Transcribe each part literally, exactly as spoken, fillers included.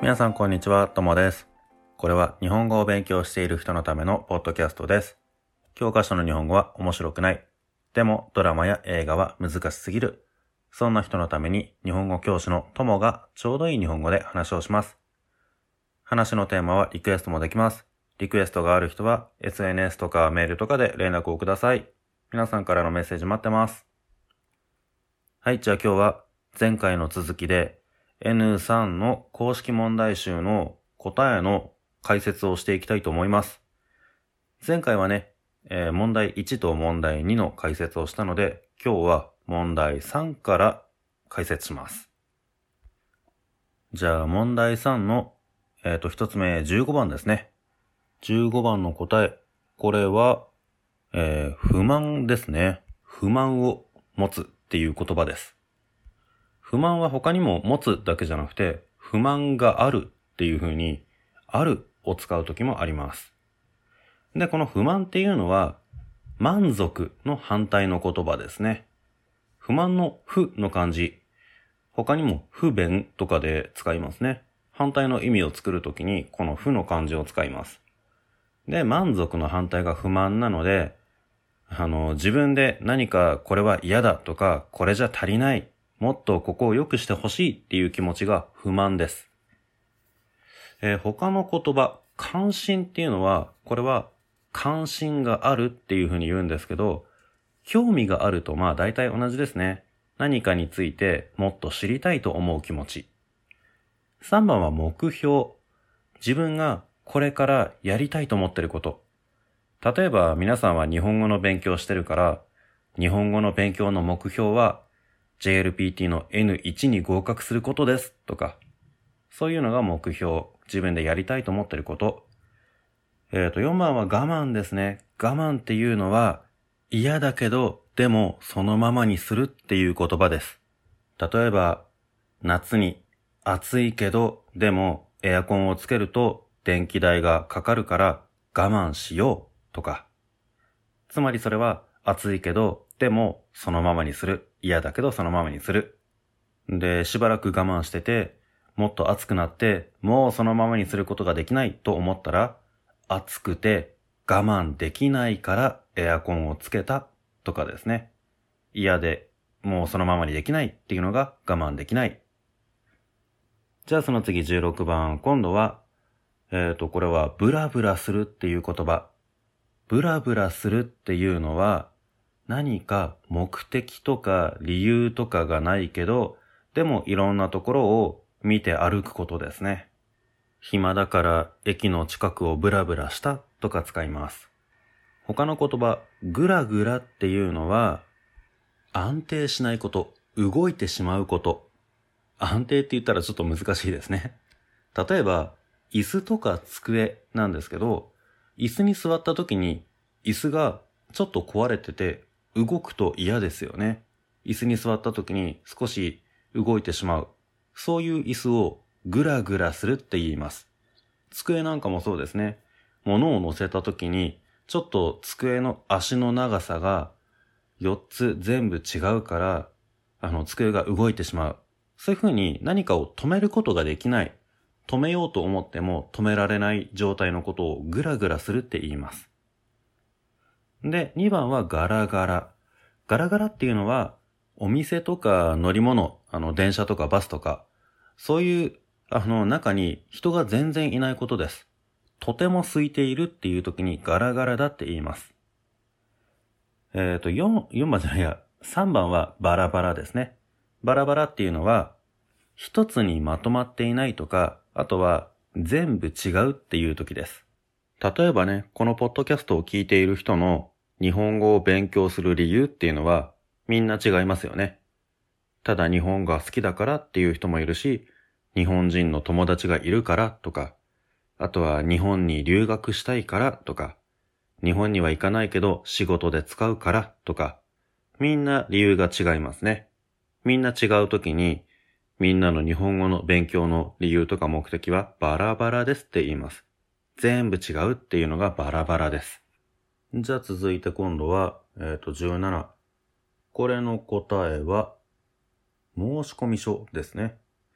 皆さんこんにちは、ともです。これは日本語を勉強している人のためのポッドキャストです。教科書の日本語は面白くない。でもドラマや映画は難しすぎる。そんな人のために日本語教師のともがちょうどいい日本語で話をします。話のテーマはリクエストもできます。リクエストがある人は エスエヌエス とかメールとかで連絡をください。皆さんからのメッセージ待ってます。はい、じゃあ今日は前回の続きでエヌスリー の公式問題集の答えの解説をしていきたいと思います。前回はね、えー、問題いちと問題にの解説をしたので、今日は問題さんから解説します。じゃあ問題さんの、えっと、一つ目、じゅうごばんですね。じゅうごばんの答え。これは、えー、不満ですね。不満を持つっていう言葉です。不満は他にも持つだけじゃなくて、不満があるっていう風に、あるを使う時もあります。で、この不満っていうのは、満足の反対の言葉ですね。不満の不の漢字、他にも不便とかで使いますね。反対の意味を作るときに、この不の漢字を使います。で、満足の反対が不満なので、あの、自分で何かこれは嫌だとか、これじゃ足りない、もっとここを良くしてほしいっていう気持ちが不満です。えー、他の言葉、関心っていうのは、これは関心があるっていうふうに言うんですけど、興味があるとまあ大体同じですね。何かについてもっと知りたいと思う気持ち。さんばんは目標。自分がこれからやりたいと思ってること。例えば皆さんは日本語の勉強してるから、日本語の勉強の目標は ジェイエルピーティー の エヌワン に合格することですとか、そういうのが目標。自分でやりたいと思ってること。えっと、よんばんは我慢ですね。我慢っていうのは嫌だけど、でもそのままにするっていう言葉です。例えば、夏に暑いけど、でもエアコンをつけると電気代がかかるから我慢しようとか。つまりそれは暑いけど、でもそのままにする。嫌だけどそのままにする。で、しばらく我慢してて、もっと暑くなって、もうそのままにすることができないと思ったら、暑くて我慢できないからエアコンをつけたとかですね。嫌で、もうそのままにできないっていうのが我慢できない。じゃあその次じゅうろくばん、今度は、えっと、これはブラブラするっていう言葉。ブラブラするっていうのは、何か目的とか理由とかがないけど、でもいろんなところを見て歩くことですね。暇だから駅の近くをブラブラしたとか使います。他の言葉、グラグラっていうのは、安定しないこと、動いてしまうこと。安定って言ったらちょっと難しいですね。例えば、椅子とか机なんですけど、椅子に座った時に椅子がちょっと壊れてて動くと嫌ですよね。椅子に座った時に少し動いてしまう。そういう椅子をグラグラするって言います。机なんかもそうですね。物を乗せた時にちょっと机の足の長さがよっつ全部違うから、あの机が動いてしまう。そういうふうに何かを止めることができない。止めようと思っても止められない状態のことをグラグラするって言います。で、にばんはガラガラ。ガラガラっていうのは、お店とか乗り物、あの電車とかバスとか、そういうあの中に人が全然いないことです。とても空いているっていう時にガラガラだって言います。えっと、4、よんばんじゃないや、さんばんはバラバラですね。バラバラっていうのは、一つにまとまっていないとか、あとは全部違うっていう時です。例えばね、このポッドキャストを聞いている人の日本語を勉強する理由っていうのはみんな違いますよね。ただ日本が好きだからっていう人もいるし、日本人の友達がいるからとか、あとは日本に留学したいからとか、日本には行かないけど仕事で使うからとか、みんな理由が違いますね。みんな違う時に、みんなの日本語の勉強の理由とか目的はバラバラですって言います。全部違うっていうのがバラバラです。じゃあ続いて今度は、えっとじゅうなな。これの答えは、申込書ですね。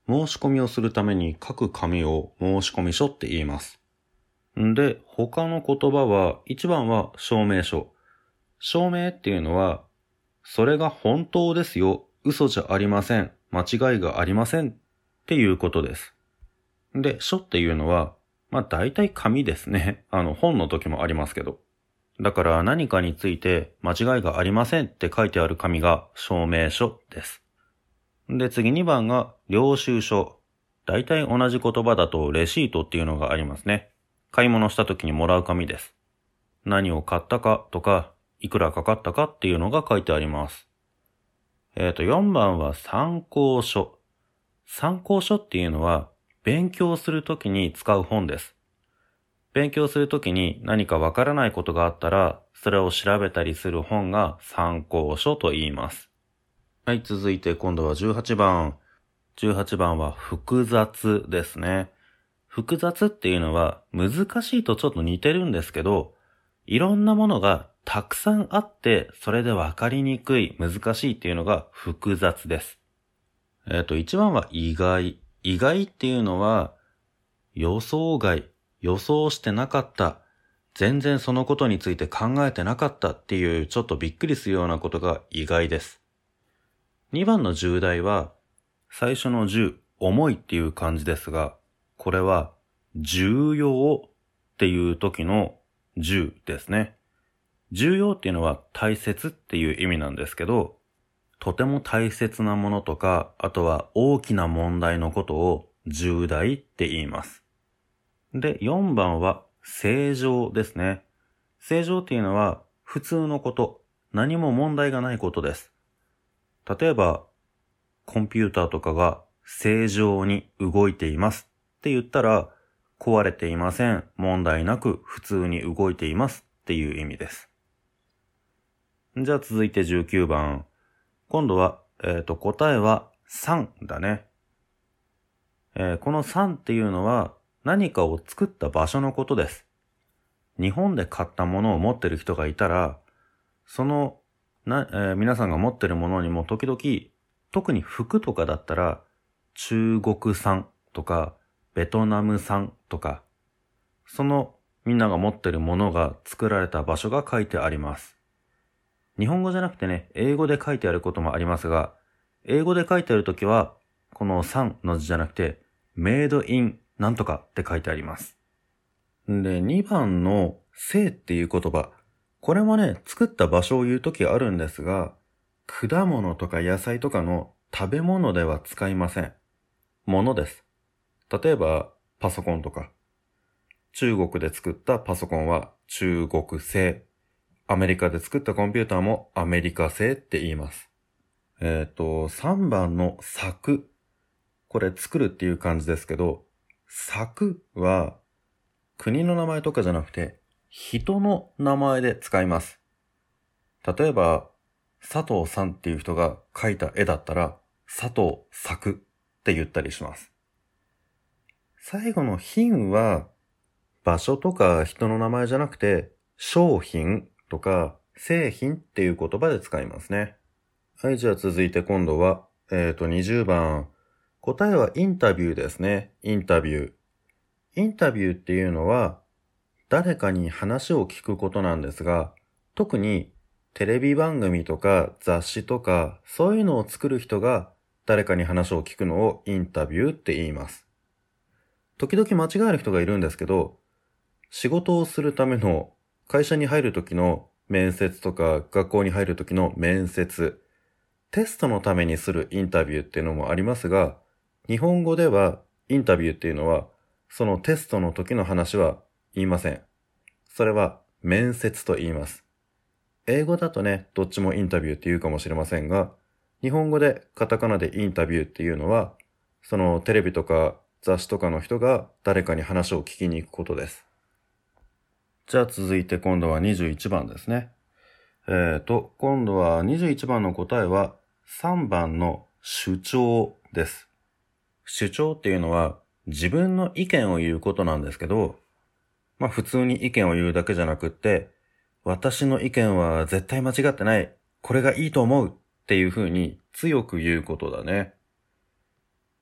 申し込みをするために書く紙を申し込み書って言います。んで、他の言葉は、一番は証明書。証明っていうのは、それが本当ですよ、嘘じゃありません、間違いがありませんっていうことです。で、書っていうのは、まあ大体紙ですね。あの本の時もありますけど。だから何かについて間違いがありませんって書いてある紙が証明書です。で、次にばんが領収書。大体同じ言葉だとレシートっていうのがありますね。買い物した時にもらう紙です。何を買ったかとか、いくらかかったかっていうのが書いてあります。えっと、よんばんは参考書。参考書っていうのは勉強するときに使う本です。勉強するときに何かわからないことがあったら、それを調べたりする本が参考書と言います。はい、続いて今度はじゅうはちばん。じゅうはちばんは複雑ですね。複雑っていうのは難しいとちょっと似てるんですけど、いろんなものがたくさんあって、それでわかりにくい、難しいっていうのが複雑です。えっと、いちばんは意外。意外っていうのは、予想外、予想してなかった、全然そのことについて考えてなかったっていうちょっとびっくりするようなことが意外です。にばんの重大は、最初の重、重いっていう感じですが、これは重要っていう時の重ですね。重要っていうのは大切っていう意味なんですけど、とても大切なものとか、あとは大きな問題のことを重大って言います。で、よんばんは正常ですね。正常っていうのは普通のこと、何も問題がないことです。例えば、コンピューターとかが正常に動いていますって言ったら、壊れていません、問題なく普通に動いていますっていう意味です。じゃあ続いてじゅうきゅうばん。今度は、えっと、答えはさんだね。えー、このさんっていうのは何かを作った場所のことです。日本で買ったものを持ってる人がいたら、そのな、えー、皆さんが持ってるものにも時々、特に服とかだったら、中国産とかベトナム産とか、そのみんなが持ってるものが作られた場所が書いてあります。日本語じゃなくてね、英語で書いてあることもありますが、英語で書いてあるときは、このさんの字じゃなくて、made in なんとかって書いてあります。で、にばんの生っていう言葉。これもね、作った場所を言うときあるんですが、果物とか野菜とかの食べ物では使いません。ものです。例えば、パソコンとか。中国で作ったパソコンは中国製。アメリカで作ったコンピューターもアメリカ製って言います。えっと、さんばんの作。これ作るっていう感じですけど、作は国の名前とかじゃなくて人の名前で使います。例えば、佐藤さんっていう人が描いた絵だったら、佐藤作って言ったりします。最後の品は場所とか人の名前じゃなくて商品とか製品っていう言葉で使いますね。はい、じゃあ続いて今度は、えっと、にじゅうばん。答えはインタビューですね。インタビュー。インタビューっていうのは、誰かに話を聞くことなんですが、特にテレビ番組とか雑誌とか、そういうのを作る人が誰かに話を聞くのをインタビューって言います。時々間違える人がいるんですけど、仕事をするための会社に入る時の面接とか学校に入る時の面接、テストのためにするインタビューっていうのもありますが、日本語ではインタビューっていうのは、そのテストの時の話は言いません。それは面接と言います。英語だとね、どっちもインタビューって言うかもしれませんが、日本語でカタカナでインタビューっていうのは、そのテレビとか雑誌とかの人が誰かに話を聞きに行くことです。じゃあ続いて今度はにじゅういちばんですね。えっと、今度はにじゅういちばんの答えはさんばんの主張です。主張っていうのは自分の意見を言うことなんですけど、まあ普通に意見を言うだけじゃなくって、私の意見は絶対間違ってない、これがいいと思うっていう風に強く言うことだね。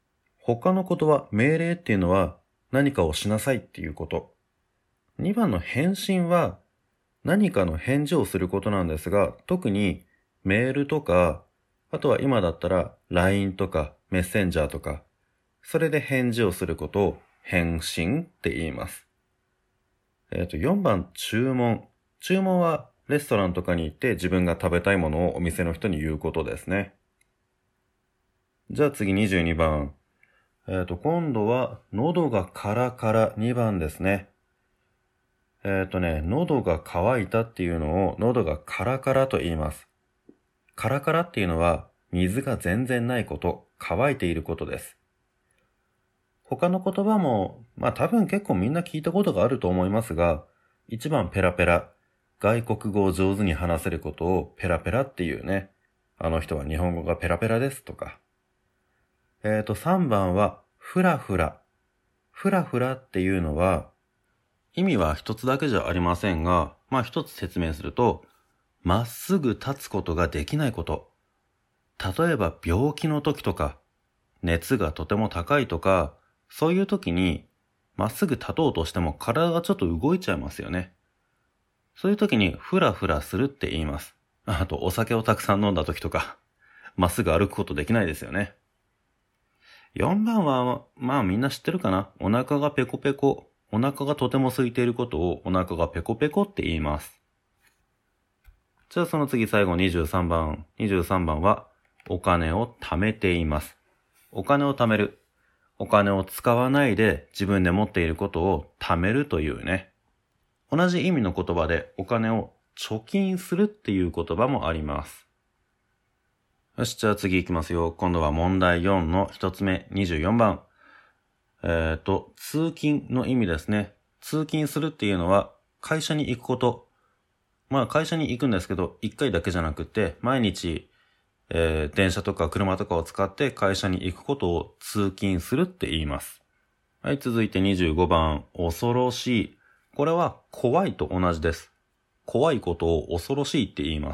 他の言葉、命令っていうのは何かをしなさいっていうこと。にばんの返信は何かの返事をすることなんですが、特にメールとか、あとは今だったら ライン とかメッセンジャーとか、それで返事をすることを返信って言います。えっと、よんばん、注文。注文はレストランとかに行って自分が食べたいものをお店の人に言うことですね。じゃあ次にじゅうにばん。えっと、今度は喉がカラカラにばんですね。えっとね、喉が渇いたっていうのを喉がカラカラと言います。カラカラっていうのは水が全然ないこと、乾いていることです。他の言葉も、まあ多分結構みんな聞いたことがあると思いますが、いちばんペラペラ、外国語を上手に話せることをペラペラっていうね。あの人は日本語がペラペラですとか。えっとさんばんはフラフラ。フラフラっていうのは、意味は一つだけじゃありませんが、まあ一つ説明すると、まっすぐ立つことができないこと。例えば病気の時とか、熱がとても高いとか、そういう時にまっすぐ立とうとしても体がちょっと動いちゃいますよね。そういう時にフラフラするって言います。あとお酒をたくさん飲んだ時とか、まっすぐ歩くことできないですよね。よんばんは、まあみんな知ってるかな。お腹がペコペコ。お腹がとても空いていることをお腹がペコペコって言います。じゃあその次最後にじゅうさんばん。にじゅうさんばんはお金を貯めています。お金を貯める。お金を使わないで自分で持っていることを貯めるというね。同じ意味の言葉でお金を貯金するっていう言葉もあります。よし、じゃあ次行きますよ。今度は問題よんの一つ目、にじゅうよんばん。えっと、通勤の意味ですね。通勤するっていうのは会社に行くこと。まあ会社に行くんですけど、一回だけじゃなくて、毎日、えー、電車とか車とかを使って会社に行くことを通勤するって言います。はい、続いてにじゅうごばん、恐ろしい。これは怖いと同じです。怖いことを恐ろしいって言います。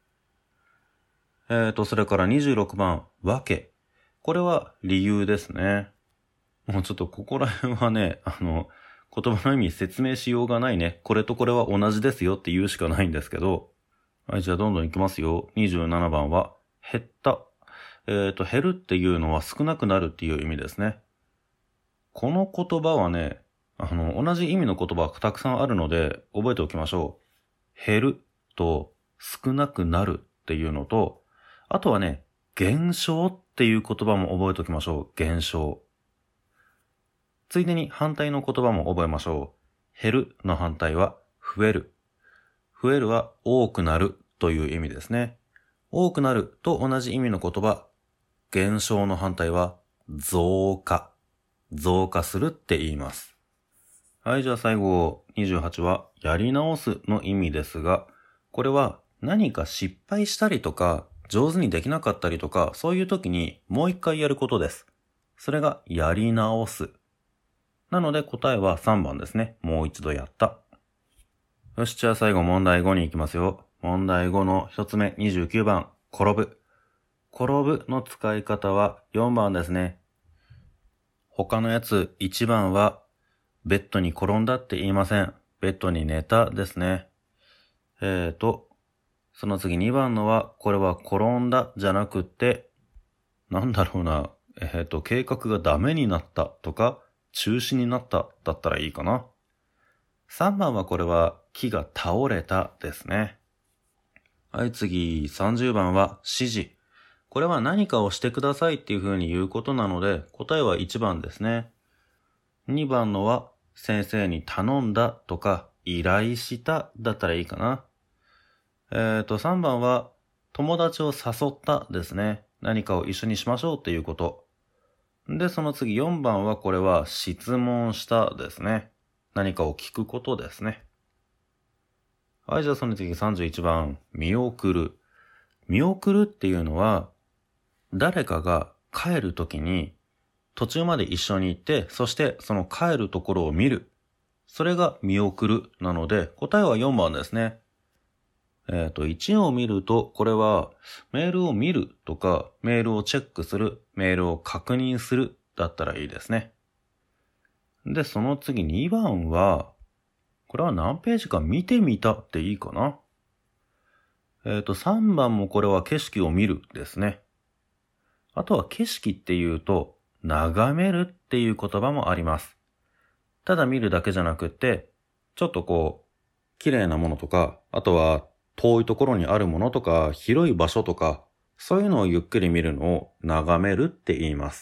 えっと、それからにじゅうろくばん、わけ。これは理由ですね。もうちょっとここら辺はね、あの、言葉の意味説明しようがないね。これとこれは同じですよって言うしかないんですけど。はい、じゃあどんどんいきますよ。にじゅうななばんは、減った。えっと、減るっていうのは少なくなるっていう意味ですね。この言葉はね、あの、同じ意味の言葉がたくさんあるので、覚えておきましょう。減ると少なくなるっていうのと、あとはね、減少っていう言葉も覚えておきましょう。減少。ついでに反対の言葉も覚えましょう。減るの反対は増える。増えるは多くなるという意味ですね。多くなると同じ意味の言葉。減少の反対は増加。増加するって言います。はい、じゃあ最後、にじゅうはちはやり直すの意味ですが、これは何か失敗したりとか、上手にできなかったりとか、そういう時にもう一回やることです。それがやり直す。なので答えはさんばんですね。もう一度やった。よし、じゃあ最後問題ごに行きますよ。問題ごの一つ目、にじゅうきゅうばん、転ぶ。転ぶの使い方はよんばんですね。他のやついちばんはベッドに転んだって言いません。ベッドに寝たですね。えーと、その次にばんのは、これは転んだじゃなくって、なんだろうな、えーと、計画がダメになったとか、中止になっただったらいいかな。さんばんはこれは木が倒れたですね。はい、次、さんじゅうばんは指示。これは何かをしてくださいっていう風に言うことなので、答えはいちばんですね。にばんのは先生に頼んだとか依頼しただったらいいかな。えっと、さんばんは友達を誘ったですね。何かを一緒にしましょうっていうこと。で、その次よんばんはこれは質問したですね。何かを聞くことですね。はい、じゃあその次さんじゅういちばん、見送る。見送るっていうのは、誰かが帰るときに途中まで一緒に行って、そしてその帰るところを見る。それが見送るなので、答えはよんばんですね。えっと、いちを見ると、これはメールを見るとか、メールをチェックする、メールを確認するだったらいいですね。で、その次にばんは、これは何ページか見てみたっていいかな。えっと、さんばんもこれは景色を見るですね。あとは景色っていうと、眺めるっていう言葉もあります。ただ見るだけじゃなくて、ちょっとこう、綺麗なものとか、あとは遠いところにあるものとか、広い場所とか、そういうのをゆっくり見るのを眺めるって言います。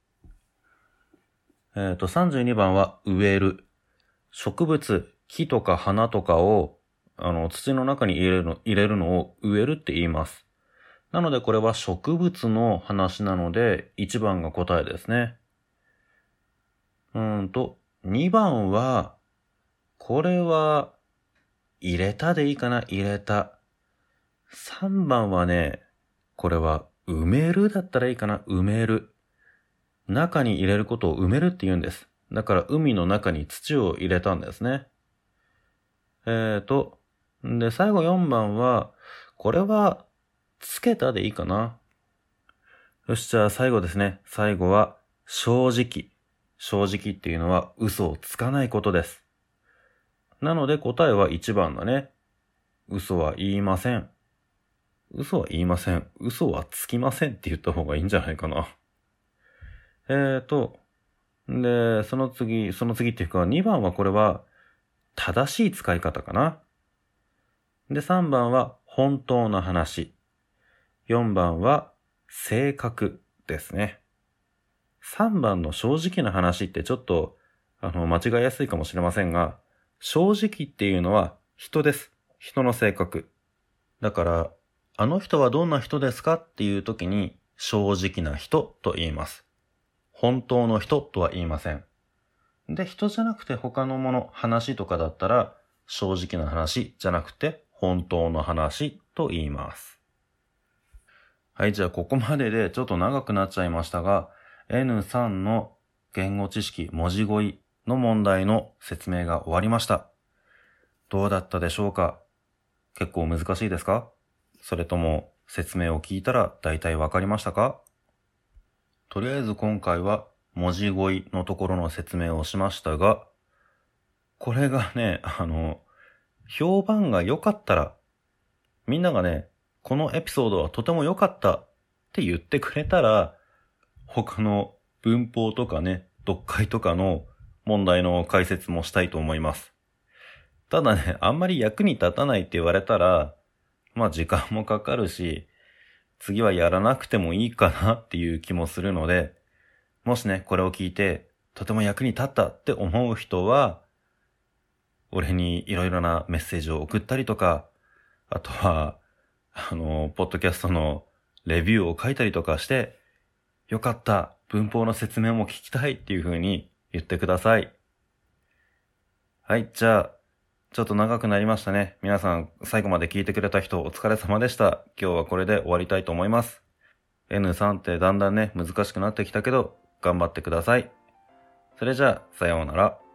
えっと、さんじゅうにばんは植える。植物、木とか花とかを、あの、土の中に入れるの、入れるのを植えるって言います。なのでこれは植物の話なので、いちばんが答えですね。うーんと、にばんは、これは、入れたでいいかな、入れた。さんばんはね、これは、埋めるだったらいいかな、埋める。中に入れることを埋めるって言うんです。だから海の中に土を入れたんですね。えーと、で、最後よんばんは、これは、つけたでいいかな。よし、じゃあ最後ですね。最後は、正直。正直っていうのは嘘をつかないことです。なので答えはいちばんだね。嘘は言いません。嘘は言いません。嘘はつきませんって言った方がいいんじゃないかな。えーと、で、その次、その次っていうかにばんはこれは正しい使い方かな。で、さんばんは本当の話。よんばんは正確ですね。さんばんの正直な話ってちょっとあの間違いやすいかもしれませんが、正直っていうのは人です。人の性格。だから、あの人はどんな人ですかっていう時に正直な人と言います。本当の人とは言いません。で、人じゃなくて他のもの、話とかだったら正直な話じゃなくて本当の話と言います。はい、じゃあここまででちょっと長くなっちゃいましたが、エヌスリー の言語知識文字語彙の問題の説明が終わりました。どうだったでしょうか？結構難しいですか？それとも説明を聞いたら大体わかりましたか？とりあえず今回は文字語彙のところの説明をしましたが、これがね、あの、評判が良かったら、みんながね、このエピソードはとても良かったって言ってくれたら、他の文法とかね、読解とかの問題の解説もしたいと思います。ただね、あんまり役に立たないって言われたら、まあ時間もかかるし、次はやらなくてもいいかなっていう気もするので、もしね、これを聞いて、とても役に立ったって思う人は、俺にいろいろなメッセージを送ったりとか、あとは、あの、ポッドキャストのレビューを書いたりとかして、よかった、文法の説明も聞きたいっていう風に言ってください。はい、じゃあ、ちょっと長くなりましたね。皆さん、最後まで聞いてくれた人、お疲れ様でした。今日はこれで終わりたいと思います。エヌスリー ってだんだんね、難しくなってきたけど、頑張ってください。それじゃあ、さようなら。